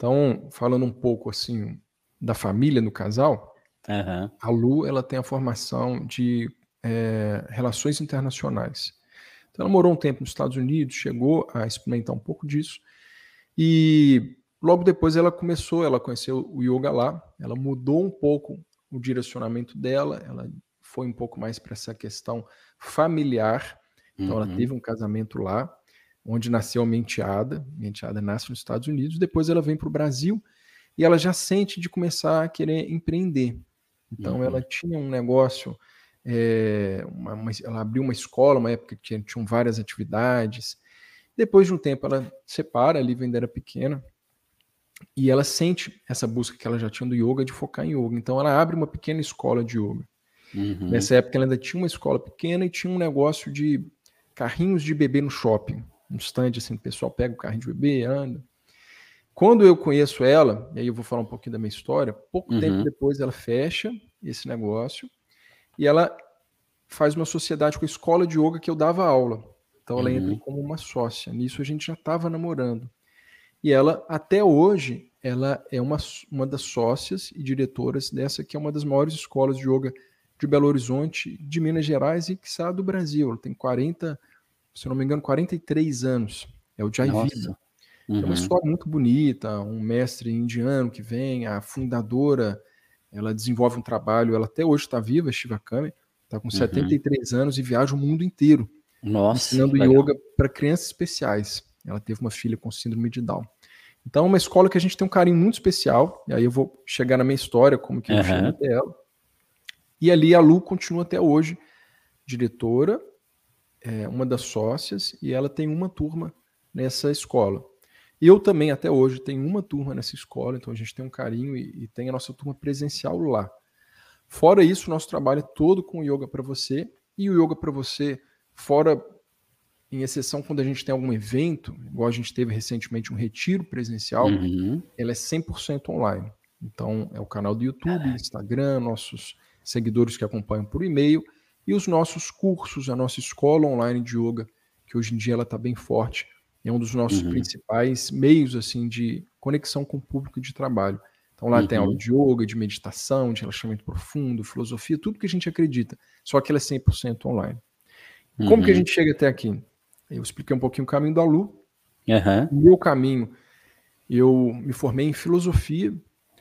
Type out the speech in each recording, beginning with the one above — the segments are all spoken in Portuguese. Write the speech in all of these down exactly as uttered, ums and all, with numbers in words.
Então, falando um pouco assim da família do casal, Aham. a Lu, ela tem a formação de eh, relações internacionais. Então, ela morou um tempo nos Estados Unidos, chegou a experimentar um pouco disso e logo depois ela começou, ela conheceu o yoga lá, ela mudou um pouco o direcionamento dela, ela foi um pouco mais para essa questão familiar. Então, ela Uhum. teve um casamento lá, onde nasceu a minha enteada. Minha enteada nasce nos Estados Unidos, depois ela vem para o Brasil e ela já sente de começar a querer empreender. Então, ela Uhum. tinha um negócio, eh, uma uma ela abriu uma escola, uma época que tinha tinham várias atividades. Depois de um tempo, ela separa, a Lívia ainda era pequena, e ela sente essa busca que ela já tinha do yoga, de focar em yoga. Então, ela abre uma pequena escola de yoga. Uhum. Nessa época, ela ainda tinha uma escola pequena e tinha um negócio de carrinhos de bebê no shopping. Um stand, assim, o pessoal pega o carrinho de bebê, anda. Quando eu conheço ela, e aí eu vou falar um pouquinho da minha história, pouco tempo Uhum. depois ela fecha esse negócio e ela faz uma sociedade com a escola de yoga que eu dava aula. Então ela entra Uhum. como uma sócia. Nisso a gente já estava namorando. E ela, até hoje, ela é uma, uma das sócias e diretoras dessa que é uma das maiores escolas de yoga de Belo Horizonte, de Minas Gerais e que está do Brasil. Ela tem quarenta, se eu não me engano, quarenta e três anos. É o Jai Vida. Nossa. É uma Uhum. história muito bonita, um mestre indiano que vem, a fundadora, ela desenvolve um trabalho, ela até hoje está viva, a Shiva Kami, está com setenta Uhum. e três anos e viaja o mundo inteiro, Nossa, ensinando que legal. yoga para crianças especiais. Ela teve uma filha com síndrome de Down. Então é uma escola que a gente tem um carinho muito especial, e aí eu vou chegar na minha história, como que eu chego Aham. até ela. E ali a Lu continua até hoje, diretora, é uma das sócias, e ela tem uma turma nessa escola. Eu também, até hoje, tenho uma turma nessa escola, então a gente tem um carinho e, e tem a nossa turma presencial lá. Fora isso, o nosso trabalho é todo com o Yoga para você, e o Yoga para você, fora, em exceção, quando a gente tem algum evento, igual a gente teve recentemente um retiro presencial, Uhum. ele é cem por cento online. Então, é o canal do YouTube, Instagram, nossos seguidores que acompanham por e-mail, e os nossos cursos, a nossa escola online de yoga, que hoje em dia ela está bem forte, é um dos nossos Uhum. principais meios assim de conexão com o público e de trabalho. Então lá tem aula Uhum. de yoga, de meditação, de relaxamento profundo, filosofia, tudo que a gente acredita, só que ela é cem por cento online. Como que a Uhum. gente chega até aqui? Eu expliquei um pouquinho o caminho da Lu. Aham. O meu caminho, eu me formei em filosofia.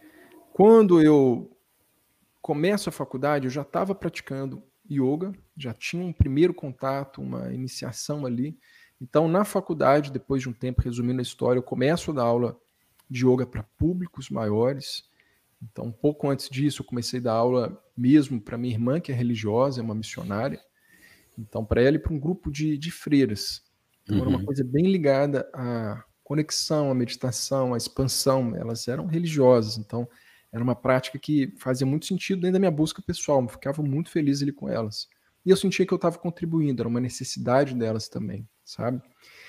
Quando eu começo a faculdade, eu já estava praticando yoga, já tinha um primeiro contato, uma iniciação ali. Então, na faculdade, depois de um tempo, resumindo a história, eu começo a dar aula de yoga para públicos maiores. Então, um pouco antes disso, eu comecei a dar aula mesmo para minha irmã, que é religiosa, é uma missionária. Então, para ela e para um grupo de, de freiras. Então, era uma Uhum. coisa bem ligada à conexão, à meditação, à expansão. Elas eram religiosas, então era uma prática que fazia muito sentido dentro da minha busca pessoal. Eu ficava muito feliz ali com elas. E eu sentia que eu estava contribuindo, era uma necessidade delas também, sabe?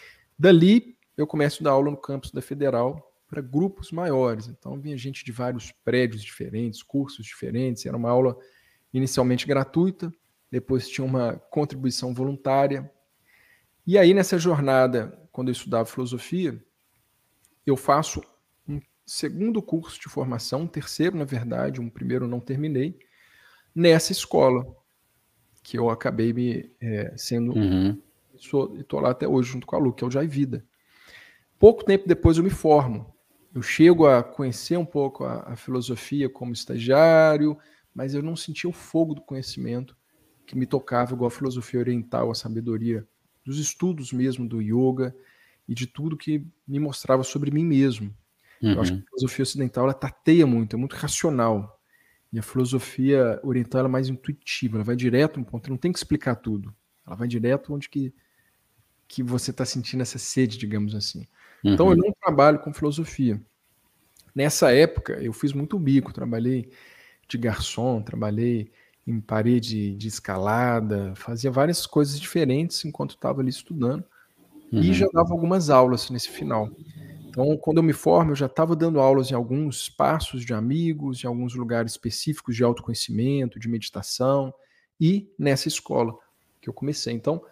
Dali, eu começo a dar aula no campus da Federal para grupos maiores. Então, vinha gente de vários prédios diferentes, cursos diferentes. Era uma aula inicialmente gratuita, depois tinha uma contribuição voluntária. E aí, nessa jornada, quando eu estudava filosofia, eu faço um segundo curso de formação, um terceiro, na verdade, um primeiro eu não terminei, nessa escola, que eu acabei me é, sendo. Uhum. Estou lá até hoje, junto com a Lu, que é o Jai Vida. Pouco tempo depois eu me formo. Eu chego a conhecer um pouco a, a filosofia como estagiário, mas eu não sentia o fogo do conhecimento que me tocava, igual a filosofia oriental, a sabedoria dos estudos mesmo do yoga e de tudo que me mostrava sobre mim mesmo. Eu acho que Uhum. a filosofia ocidental ela tateia muito, é muito racional. E a filosofia oriental ela é mais intuitiva, ela vai direto no ponto, não tem que explicar tudo. Ela vai direto onde que, que você está sentindo essa sede, digamos assim. Então eu Uhum. não trabalho com filosofia. Nessa época eu fiz muito bico, trabalhei de garçom, trabalhei em parede de escalada, fazia várias coisas diferentes enquanto estava ali estudando e já Uhum. dava algumas aulas nesse final. Então, quando eu me formo, eu já estava dando aulas em alguns espaços de amigos, em alguns lugares específicos de autoconhecimento, de meditação e nessa escola que eu comecei. Então,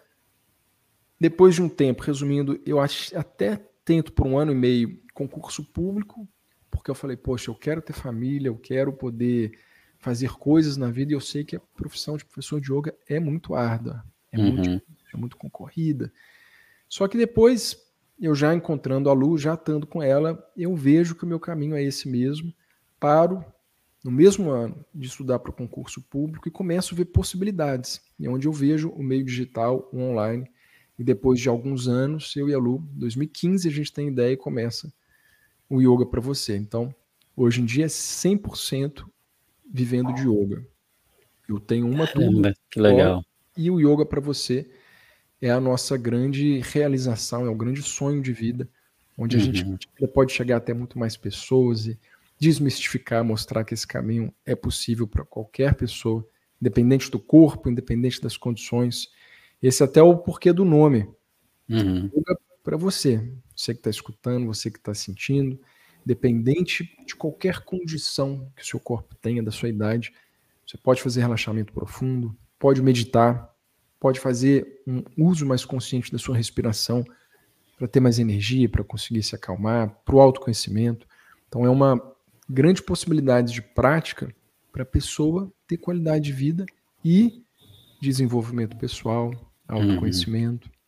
depois de um tempo, resumindo, eu acho, até tento por um ano e meio concurso público, porque eu falei, poxa, eu quero ter família, eu quero poder fazer coisas na vida, e eu sei que a profissão de professor de yoga é muito árdua, é muito Uhum. difícil, é muito concorrida. Só que depois, eu já encontrando a Lu, já estando com ela, eu vejo que o meu caminho é esse mesmo, paro no mesmo ano de estudar para o concurso público e começo a ver possibilidades, e onde eu vejo o meio digital, o online, e depois de alguns anos, eu e a Lu, em dois mil e quinze, a gente tem ideia e começa o yoga para você. Então, hoje em dia é cem por cento vivendo de yoga. Eu tenho uma turma Caramba, que só legal. e o yoga para você é a nossa grande realização, é um grande sonho de vida, onde a gente Uhum. pode chegar até muito mais pessoas e desmistificar, mostrar que esse caminho é possível para qualquer pessoa, independente do corpo, independente das condições. Esse é até o porquê do nome. Uhum. Yoga para você, você que está escutando, você que está sentindo, independente de qualquer condição que o seu corpo tenha, da sua idade, você pode fazer relaxamento profundo, pode meditar, pode fazer um uso mais consciente da sua respiração para ter mais energia, para conseguir se acalmar, para o autoconhecimento. Então é uma grande possibilidade de prática para a pessoa ter qualidade de vida e desenvolvimento pessoal, Uhum. autoconhecimento.